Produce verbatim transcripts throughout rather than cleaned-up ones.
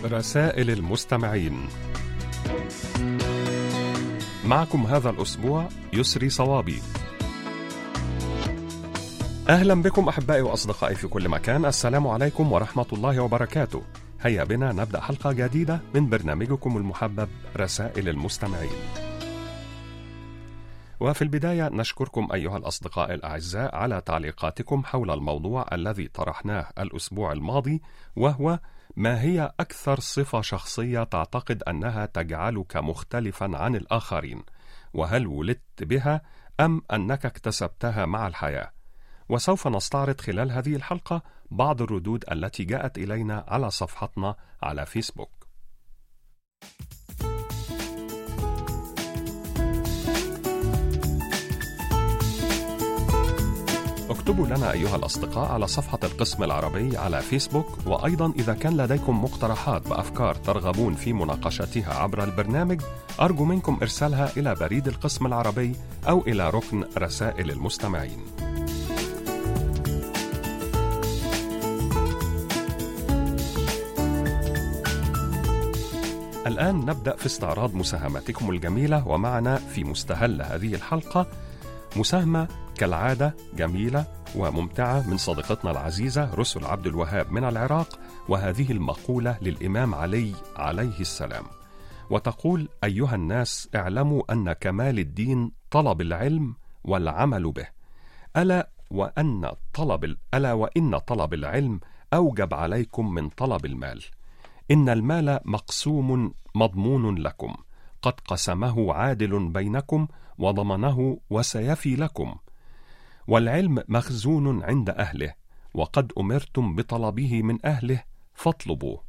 رسائل المستمعين. معكم هذا الأسبوع يسري صوابي. أهلا بكم أحبائي وأصدقائي في كل مكان، السلام عليكم ورحمة الله وبركاته. هيا بنا نبدأ حلقة جديدة من برنامجكم المحبب رسائل المستمعين. وفي البداية نشكركم أيها الأصدقاء الأعزاء على تعليقاتكم حول الموضوع الذي طرحناه الأسبوع الماضي، وهو: ما هي أكثر صفة شخصية تعتقد أنها تجعلك مختلفا عن الآخرين؟ وهل ولدت بها أم أنك اكتسبتها مع الحياة؟ وسوف نستعرض خلال هذه الحلقة بعض الردود التي جاءت إلينا على صفحتنا على فيسبوك. اكتبوا لنا أيها الأصدقاء على صفحة القسم العربي على فيسبوك، وأيضا إذا كان لديكم مقترحات بأفكار ترغبون في مناقشتها عبر البرنامج، أرجو منكم إرسالها إلى بريد القسم العربي أو إلى ركن رسائل المستمعين. الآن نبدأ في استعراض مساهماتكم الجميلة، ومعنا في مستهل هذه الحلقة مساهمة كالعادة جميلة وممتعة من صديقتنا العزيزة رسل عبد الوهاب من العراق، وهذه المقولة للإمام علي عليه السلام، وتقول: أيها الناس، اعلموا أن كمال الدين طلب العلم والعمل به، ألا وأن طلب ألا وإن طلب العلم أوجب عليكم من طلب المال. إن المال مقسوم مضمون لكم، قد قسمه عادل بينكم وضمنه وسيفي لكم، والعلم مخزون عند أهله، وقد أمرتم بطلبه من أهله فاطلبوه.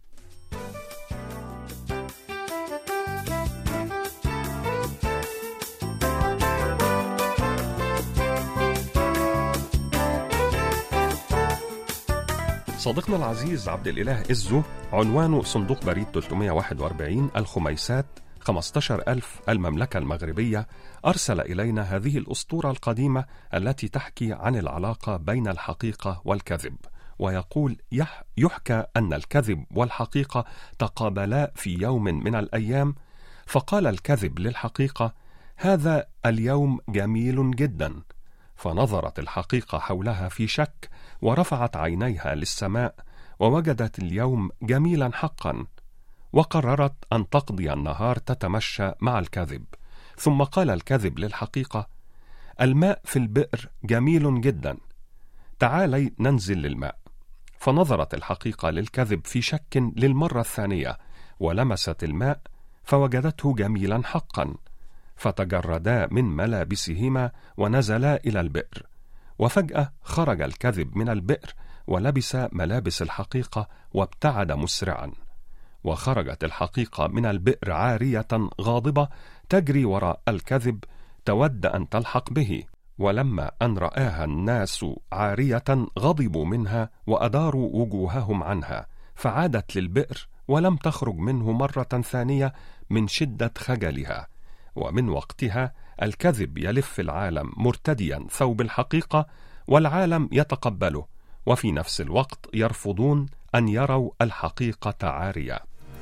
صديقنا العزيز عبد الإله إزو عنوانه صندوق بريد ثلاثمائة وواحد وأربعين الخميسات خمسة عشر ألف المملكة المغربية، أرسل إلينا هذه الأسطورة القديمة التي تحكي عن العلاقة بين الحقيقة والكذب، ويقول: يح يحكى أن الكذب والحقيقة تقابلا في يوم من الأيام، فقال الكذب للحقيقة: هذا اليوم جميل جدا. فنظرت الحقيقة حولها في شك، ورفعت عينيها للسماء ووجدت اليوم جميلا حقا، وقررت أن تقضي النهار تتمشى مع الكذب. ثم قال الكذب للحقيقة: الماء في البئر جميل جدا، تعالي ننزل للماء. فنظرت الحقيقة للكذب في شك للمرة الثانية، ولمست الماء فوجدته جميلا حقا، فتجردا من ملابسهما ونزلا إلى البئر. وفجأة خرج الكذب من البئر ولبس ملابس الحقيقة وابتعد مسرعا، وخرجت الحقيقة من البئر عارية غاضبة تجري وراء الكذب تود أن تلحق به، ولما أن رآها الناس عارية غضبوا منها وأداروا وجوههم عنها، فعادت للبئر ولم تخرج منه مرة ثانية من شدة خجلها. ومن وقتها الكذب يلف العالم مرتديا ثوب الحقيقة، والعالم يتقبله، وفي نفس الوقت يرفضون أن يروا الحقيقة عارية.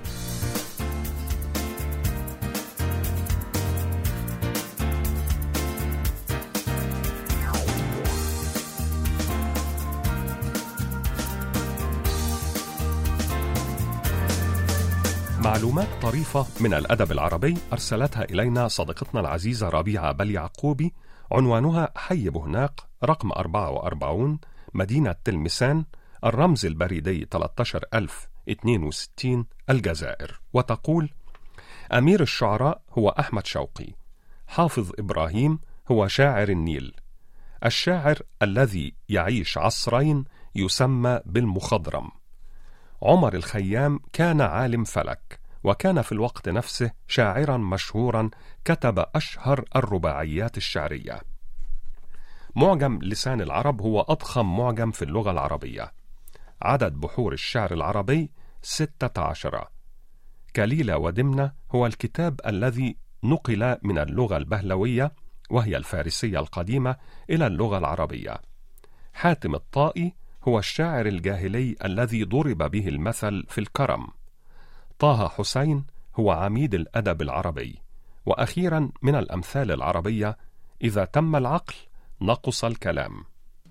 معلومات طريفة من الأدب العربي أرسلتها إلينا صديقتنا العزيزة ربيعة بل يعقوبي، عنوانها حي بهناق، رقم أربعة وأربعين، مدينة تلمسان، الرمز البريدي ثلاثة عشر ألف واثنين وستين، الجزائر. وتقول: أمير الشعراء هو أحمد شوقي، حافظ إبراهيم هو شاعر النيل، الشاعر الذي يعيش عصرين يسمى بالمخضرم. عمر الخيام كان عالم فلك، وكان في الوقت نفسه شاعرا مشهورا، كتب أشهر الرباعيات الشعرية. معجم لسان العرب هو أضخم معجم في اللغة العربية. عدد بحور الشعر العربي ستة عشر. كليلة ودمنة هو الكتاب الذي نقل من اللغة البهلوية وهي الفارسية القديمة إلى اللغة العربية. حاتم الطائي هو الشاعر الجاهلي الذي ضرب به المثل في الكرم. طه حسين هو عميد الأدب العربي. وأخيرا من الأمثال العربية: إذا تم العقل نقص الكلام.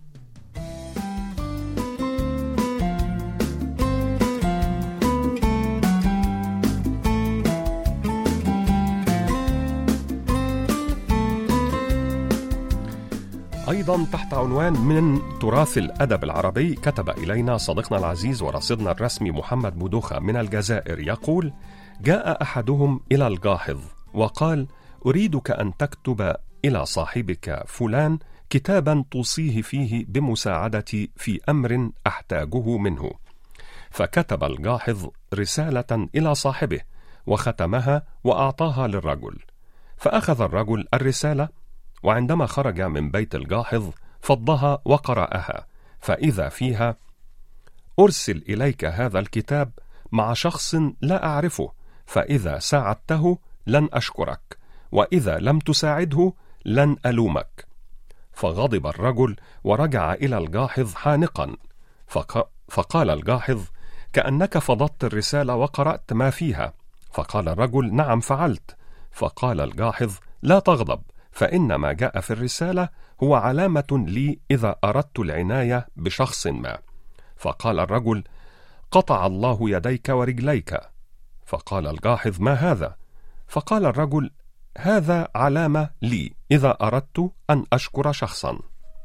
أيضا تحت عنوان من تراث الأدب العربي كتب إلينا صديقنا العزيز ورصيدنا الرسمي محمد بودوخة من الجزائر يقول: جاء أحدهم إلى الجاحظ وقال: أريدك أن تكتب إلى صاحبك فلان كتابا توصيه فيه بمساعدتي في أمر أحتاجه منه. فكتب الجاحظ رسالة إلى صاحبه وختمها وأعطاها للرجل. فأخذ الرجل الرسالة، وعندما خرج من بيت الجاحظ فضها وقرأها، فإذا فيها: أرسل إليك هذا الكتاب مع شخص لا أعرفه، فإذا ساعدته لن أشكرك، وإذا لم تساعده لن ألومك. فغضب الرجل ورجع إلى الجاحظ حانقا. فق... فقال الجاحظ: كأنك فضضت الرسالة وقرأت ما فيها. فقال الرجل: نعم فعلت. فقال الجاحظ: لا تغضب، فإن ما جاء في الرسالة هو علامة لي إذا أردت العناية بشخص ما. فقال الرجل: قطع الله يديك ورجليك. فقال الجاحظ: ما هذا؟ فقال الرجل: هذا علامة لي إذا أردت أن أشكر شخصا.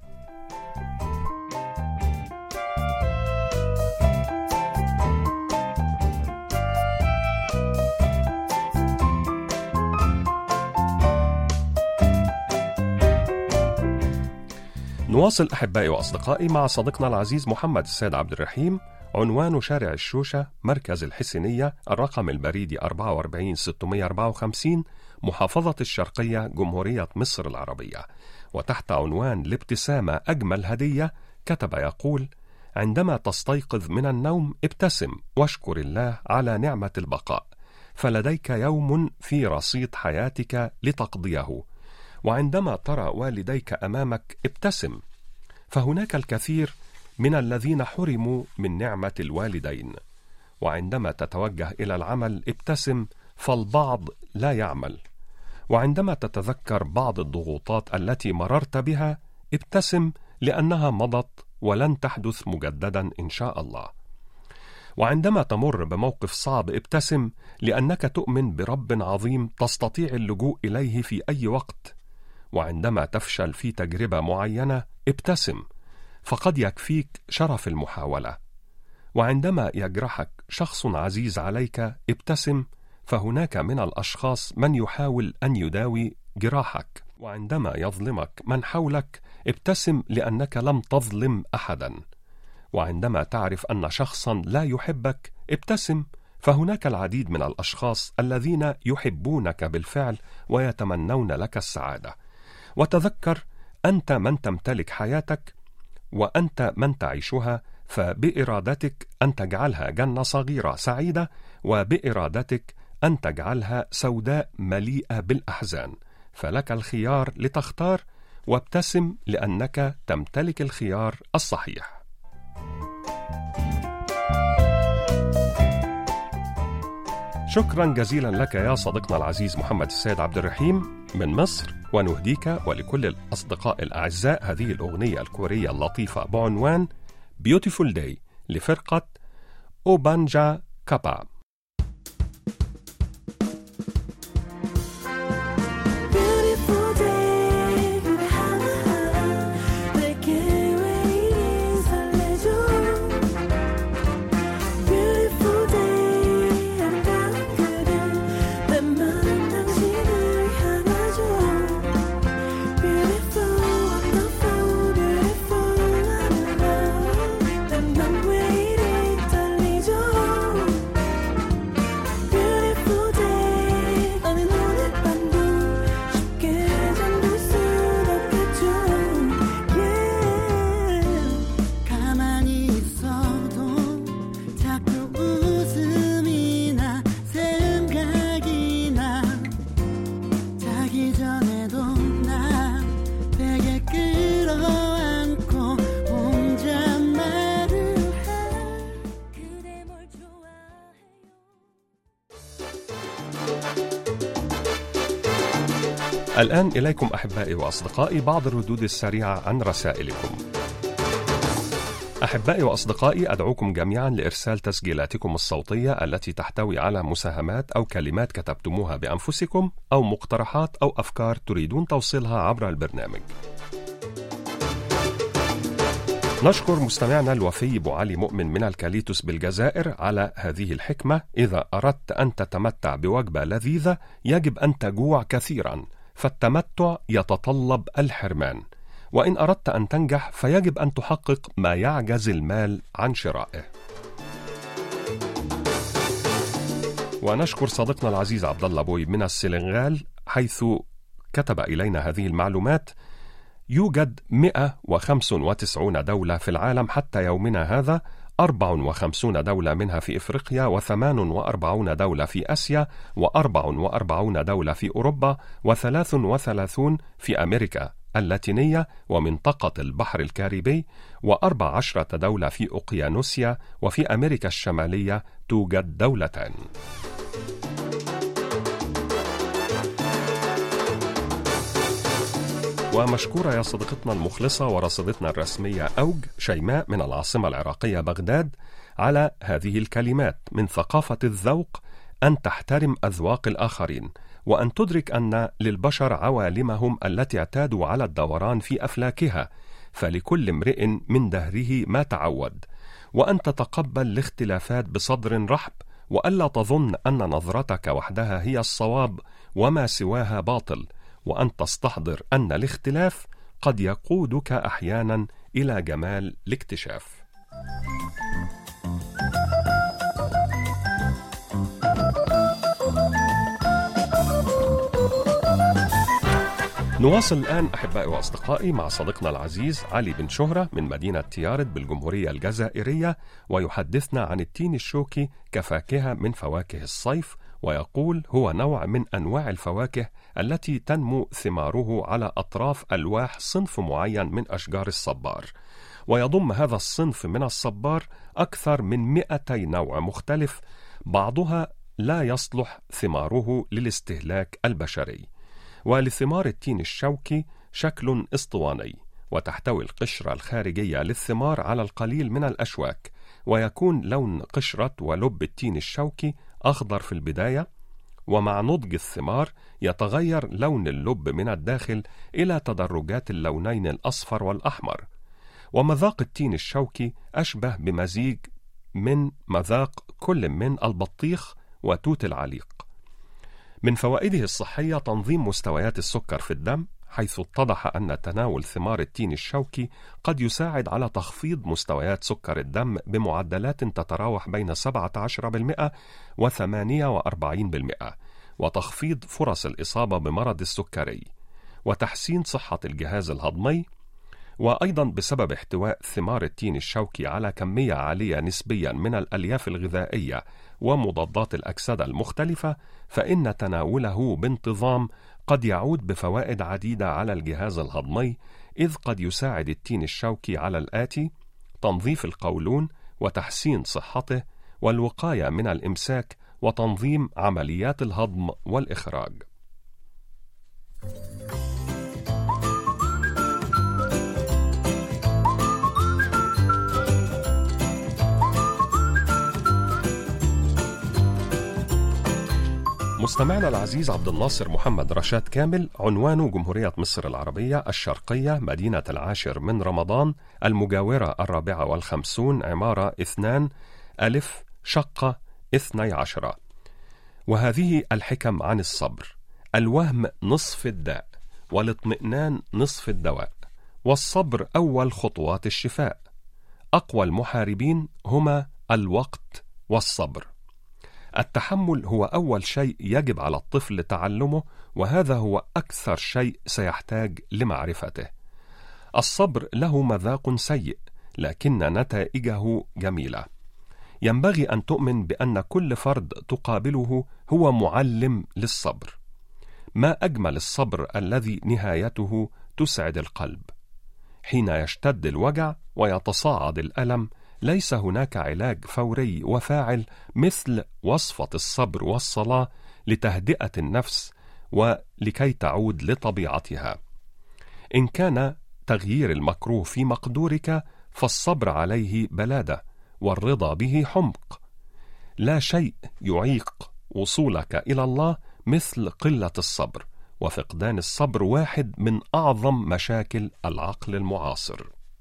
نواصل أحبائي وأصدقائي مع صديقنا العزيز محمد السيد عبد الرحيم. عنوان شارع الشوشة، مركز الحسينية، الرقم البريدي أربعة وأربعين ستمائة وأربعة وخمسين، محافظة الشرقية، جمهورية مصر العربية. وتحت عنوان الابتسامة أجمل هدية كتب يقول: عندما تستيقظ من النوم ابتسم واشكر الله على نعمة البقاء، فلديك يوم في رصيد حياتك لتقضيه. وعندما ترى والديك أمامك ابتسم، فهناك الكثير من الذين حرموا من نعمة الوالدين. وعندما تتوجه إلى العمل ابتسم، فالبعض لا يعمل. وعندما تتذكر بعض الضغوطات التي مررت بها ابتسم، لأنها مضت ولن تحدث مجددا إن شاء الله. وعندما تمر بموقف صعب ابتسم، لأنك تؤمن برب عظيم تستطيع اللجوء إليه في أي وقت. وعندما تفشل في تجربة معينة ابتسم، فقد يكفيك شرف المحاولة. وعندما يجرحك شخص عزيز عليك ابتسم، فهناك من الأشخاص من يحاول أن يداوي جراحك. وعندما يظلمك من حولك ابتسم، لأنك لم تظلم أحدا. وعندما تعرف أن شخصا لا يحبك ابتسم، فهناك العديد من الأشخاص الذين يحبونك بالفعل ويتمنون لك السعادة. وتذكر، أنت من تمتلك حياتك وأنت من تعيشها، فبإرادتك أن تجعلها جنة صغيرة سعيدة، وبإرادتك أن تجعلها سوداء مليئة بالأحزان. فلك الخيار لتختار، وابتسم لأنك تمتلك الخيار الصحيح. شكرا جزيلا لك يا صديقنا العزيز محمد السيد عبد الرحيم من مصر. ونهديك ولكل الأصدقاء الأعزاء هذه الأغنية الكورية اللطيفة بعنوان Beautiful Day لفرقة أوبانجا كابا. الآن إليكم أحبائي وأصدقائي بعض الردود السريعة عن رسائلكم. أحبائي وأصدقائي، أدعوكم جميعا لإرسال تسجيلاتكم الصوتية التي تحتوي على مساهمات أو كلمات كتبتموها بأنفسكم أو مقترحات أو أفكار تريدون توصيلها عبر البرنامج. نشكر مستمعنا الوفي أبو علي مؤمن من الكاليتوس بالجزائر على هذه الحكمة: إذا أردت أن تتمتع بوجبة لذيذة يجب أن تجوع كثيرا، فالتمتع يتطلب الحرمان، وإن أردت أن تنجح فيجب أن تحقق ما يعجز المال عن شرائه. ونشكر صديقنا العزيز عبد الله بوي من السنغال حيث كتب إلينا هذه المعلومات: يوجد مئة وخمسة وتسعين دولة في العالم حتى يومنا هذا، أربعة وخمسين دولة منها في إفريقيا، وثمان وأربعون دولة في آسيا، وأربع وأربعون دولة في أوروبا، وثلاث وثلاثون في أمريكا اللاتينية ومنطقة البحر الكاريبي، وأربع عشرة دولة في أوقيانوسيا، وفي أمريكا الشمالية توجد دولتان. ومشكورة يا صديقتنا المخلصة ورصيدتنا الرسمية أوج شيماء من العاصمة العراقية بغداد على هذه الكلمات: من ثقافة الذوق أن تحترم أذواق الآخرين، وأن تدرك أن للبشر عوالمهم التي اعتادوا على الدوران في أفلاكها، فلكل امرئ من دهره ما تعود، وأن تتقبل الاختلافات بصدر رحب، وألا تظن أن نظرتك وحدها هي الصواب وما سواها باطل، وأن تستحضر أن الاختلاف قد يقودك أحيانا إلى جمال الاكتشاف. نواصل الآن أحبائي وأصدقائي مع صديقنا العزيز علي بن شهرة من مدينة تيارد بالجمهورية الجزائرية، ويحدثنا عن التين الشوكي كفاكهة من فواكه الصيف، ويقول: هو نوع من أنواع الفواكه التي تنمو ثماره على أطراف ألواح صنف معين من أشجار الصبار، ويضم هذا الصنف من الصبار أكثر من مئتي نوع مختلف، بعضها لا يصلح ثماره للاستهلاك البشري. ولثمار التين الشوكي شكل اسطواني، وتحتوي القشرة الخارجية للثمار على القليل من الأشواك، ويكون لون قشرة ولب التين الشوكي أخضر في البداية، ومع نضج الثمار يتغير لون اللب من الداخل إلى تدرجات اللونين الأصفر والأحمر. ومذاق التين الشوكي أشبه بمزيج من مذاق كل من البطيخ وتوت العليق. من فوائده الصحية تنظيم مستويات السكر في الدم، حيث اتضح أن تناول ثمار التين الشوكي قد يساعد على تخفيض مستويات سكر الدم بمعدلات تتراوح بين سبعة عشر بالمئة وثمانية وأربعين بالمئة، وتخفيض فرص الإصابة بمرض السكري، وتحسين صحة الجهاز الهضمي. وأيضا بسبب احتواء ثمار التين الشوكي على كمية عالية نسبيا من الألياف الغذائية ومضادات الأكسدة المختلفة، فإن تناوله بانتظام قد يعود بفوائد عديدة على الجهاز الهضمي، إذ قد يساعد التين الشوكي على الآتي: تنظيف القولون وتحسين صحته، والوقاية من الإمساك، وتنظيم عمليات الهضم والإخراج. مستمعنا العزيز عبد الناصر محمد رشاد كامل، عنوانه جمهورية مصر العربية الشرقية، مدينة العاشر من رمضان، المجاورة الرابعة والخمسون، عمارة اثنان ألف، شقة اثني عشرة. وهذه الحكم عن الصبر: الوهم نصف الداء، والاطمئنان نصف الدواء، والصبر أول خطوات الشفاء. أقوى المحاربين هما الوقت والصبر. التحمل هو أول شيء يجب على الطفل تعلمه، وهذا هو أكثر شيء سيحتاج لمعرفته. الصبر له مذاق سيء، لكن نتائجه جميلة. ينبغي أن تؤمن بأن كل فرد تقابله هو معلم للصبر. ما أجمل الصبر الذي نهايته تسعد القلب. حين يشتد الوجع ويتصاعد الألم، ليس هناك علاج فوري وفاعل مثل وصفة الصبر والصلاة لتهدئة النفس ولكي تعود لطبيعتها. إن كان تغيير المكروه في مقدورك فالصبر عليه بلادة والرضا به حمق. لا شيء يعيق وصولك إلى الله مثل قلة الصبر، وفقدان الصبر واحد من أعظم مشاكل العقل المعاصر.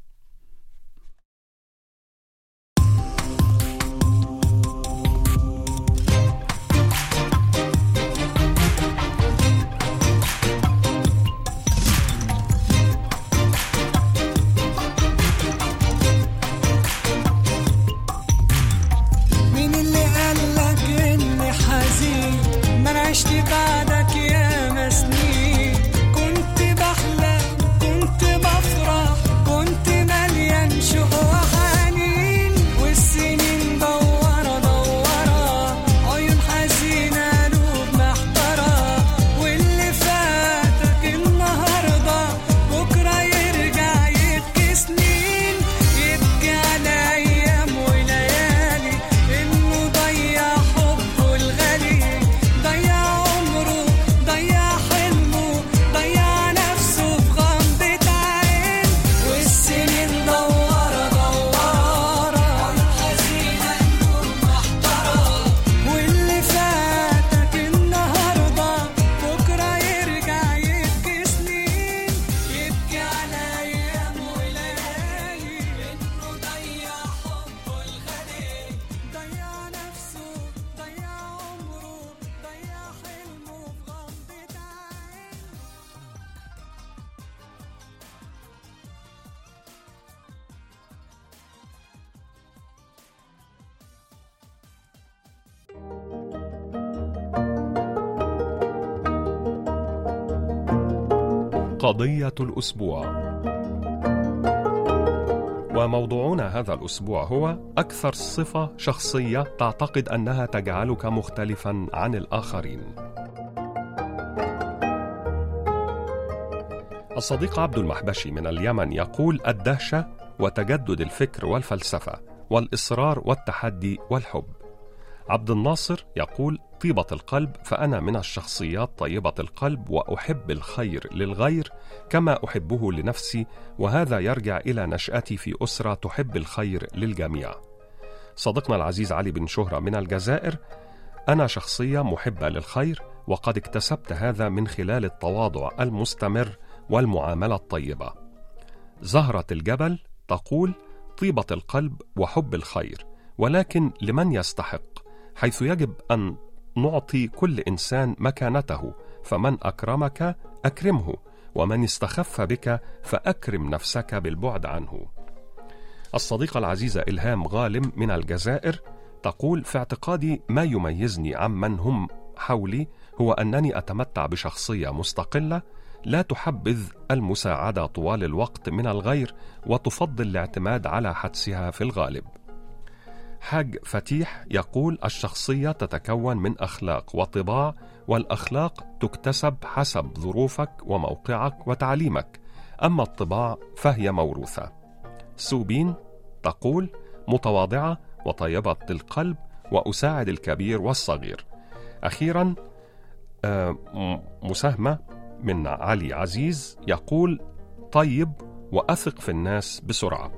بعدك يا مسنين كنت بحلم كنت بفرح كنت مليان شوق وحنين، والسنين دوارة دوارة عيون حزينة قلوب محتارة، واللي فاتك النهاردة بكرة يرجع يبكي سنين، يبكي على أيام وليالي إنه ضيع حبه الغالي، ضيع قضية الأسبوع. وموضوعنا هذا الأسبوع هو أكثر صفة شخصية تعتقد أنها تجعلك مختلفا عن الآخرين. الصديق عبد المحبشي من اليمن يقول: الدهشة وتجدد الفكر والفلسفة والإصرار والتحدي والحب. عبد الناصر يقول: طيبة القلب، فأنا من الشخصيات طيبة القلب وأحب الخير للغير كما أحبه لنفسي، وهذا يرجع إلى نشأتي في أسرة تحب الخير للجميع. صديقنا العزيز علي بن شهرة من الجزائر: أنا شخصية محبة للخير، وقد اكتسبت هذا من خلال التواضع المستمر والمعاملة الطيبة. زهرة الجبل تقول: طيبة القلب وحب الخير، ولكن لمن يستحق، حيث يجب أن نعطي كل إنسان مكانته، فمن أكرمك أكرمه، ومن استخف بك فأكرم نفسك بالبعد عنه. الصديقة العزيزة إلهام غالم من الجزائر تقول: في اعتقادي ما يميزني عمن هم حولي هو أنني أتمتع بشخصية مستقلة لا تحبذ المساعدة طوال الوقت من الغير، وتفضل الاعتماد على حدسها في الغالب. حاج فتيح يقول: الشخصية تتكون من أخلاق وطباع، والأخلاق تكتسب حسب ظروفك وموقعك وتعليمك، أما الطباع فهي موروثة. سوبين تقول: متواضعة وطيبة القلب، وأساعد الكبير والصغير. أخيرا مساهمة من علي عزيز يقول: طيب وأثق في الناس بسرعة.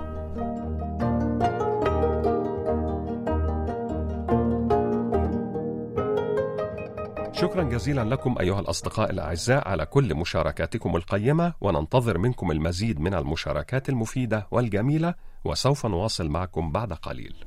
شكرا جزيلا لكم أيها الأصدقاء الأعزاء على كل مشاركاتكم القيمة، وننتظر منكم المزيد من المشاركات المفيدة والجميلة، وسوف نواصل معكم بعد قليل.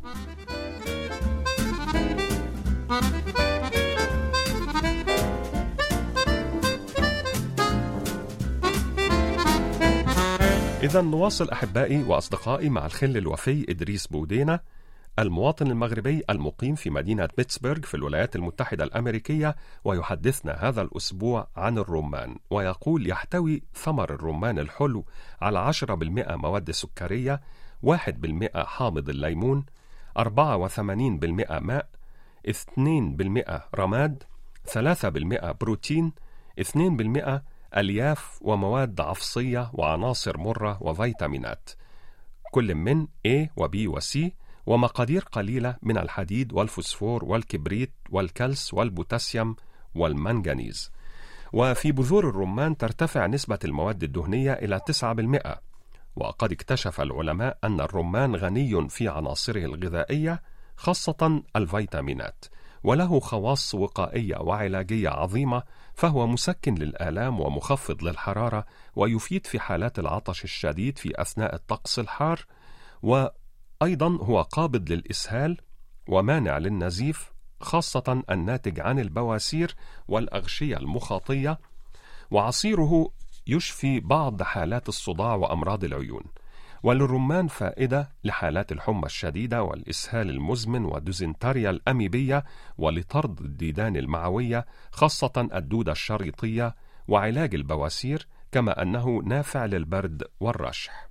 إذا نواصل أحبائي وأصدقائي مع الخل الوفي إدريس بودينا، المواطن المغربي المقيم في مدينة بيتسبرغ في الولايات المتحدة الأمريكية، ويحدثنا هذا الأسبوع عن الرمان، ويقول: يحتوي ثمر الرمان الحلو على عشرة بالمئة مواد سكرية، واحد بالمئة حامض الليمون، أربعة وثمانين بالمئة ماء، اثنين بالمئة رماد، ثلاثة بالمئة بروتين، اثنين بالمئة ألياف ومواد عفصية وعناصر مرة وفيتامينات، كل من A و B و C، ومقادير قليلة من الحديد والفوسفور والكبريت والكلس والبوتاسيوم والمنغنيز. وفي بذور الرمان ترتفع نسبة المواد الدهنية إلى تسعة بالمئة. وقد اكتشف العلماء أن الرمان غني في عناصره الغذائية خاصة الفيتامينات، وله خواص وقائية وعلاجية عظيمة، فهو مسكن للآلام ومخفض للحرارة، ويفيد في حالات العطش الشديد في أثناء الطقس الحار، وأيضا هو قابض للإسهال ومانع للنزيف خاصة الناتج عن البواسير والأغشية المخاطية، وعصيره يشفي بعض حالات الصداع وأمراض العيون. وللرمان فائدة لحالات الحمى الشديدة والإسهال المزمن وديزنتريا الأميبية، ولطرد الديدان المعوية خاصة الدودة الشريطية، وعلاج البواسير، كما أنه نافع للبرد والرشح.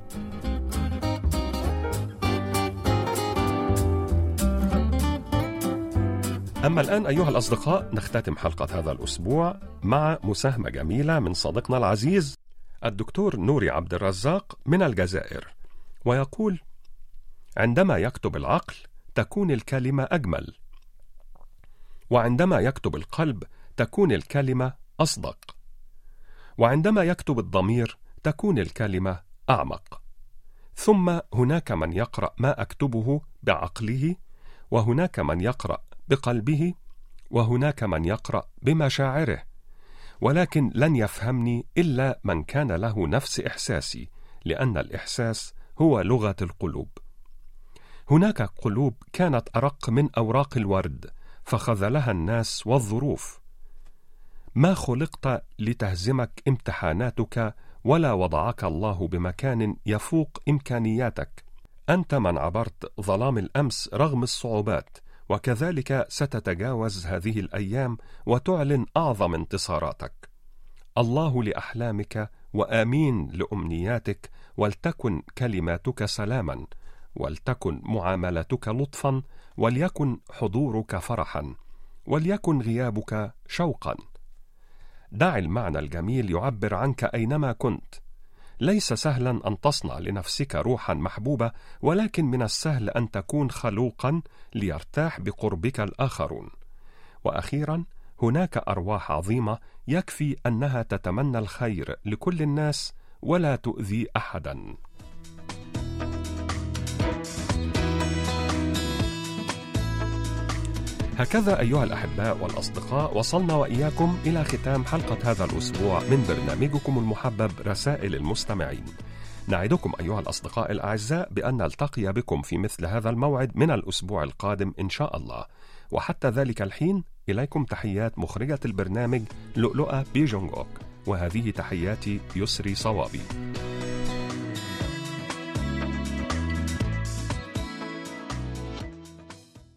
أما الآن أيها الأصدقاء نختتم حلقة هذا الأسبوع مع مساهمة جميلة من صديقنا العزيز الدكتور نوري عبد الرزاق من الجزائر، ويقول: عندما يكتب العقل تكون الكلمة أجمل، وعندما يكتب القلب تكون الكلمة أصدق، وعندما يكتب الضمير تكون الكلمة أعمق. ثم هناك من يقرأ ما أكتبه بعقله، وهناك من يقرأ بقلبه، وهناك من يقرأ بمشاعره، ولكن لن يفهمني إلا من كان له نفس إحساسي، لأن الإحساس هو لغة القلوب. هناك قلوب كانت أرق من أوراق الورد فخذلها الناس والظروف. ما خلقت لتهزمك امتحاناتك، ولا وضعك الله بمكان يفوق إمكانياتك. أنت من عبرت ظلام الأمس رغم الصعوبات، وكذلك ستتجاوز هذه الأيام وتعلن أعظم انتصاراتك. الله لأحلامك وآمين لأمنياتك، ولتكن كلماتك سلاما، ولتكن معاملتك لطفا، وليكن حضورك فرحا، وليكن غيابك شوقا. دع المعنى الجميل يعبر عنك أينما كنت. ليس سهلا أن تصنع لنفسك روحا محبوبة، ولكن من السهل أن تكون خلوقا ليرتاح بقربك الآخرون. وأخيرا، هناك أرواح عظيمة يكفي أنها تتمنى الخير لكل الناس ولا تؤذي أحدا. هكذا أيها الأحباء والأصدقاء وصلنا وإياكم إلى ختام حلقة هذا الأسبوع من برنامجكم المحبب رسائل المستمعين. نعدكم أيها الأصدقاء الأعزاء بأن نلتقي بكم في مثل هذا الموعد من الأسبوع القادم إن شاء الله. وحتى ذلك الحين إليكم تحيات مخرجة البرنامج لؤلؤة بيجونغوك، وهذه تحياتي يسري صوابي.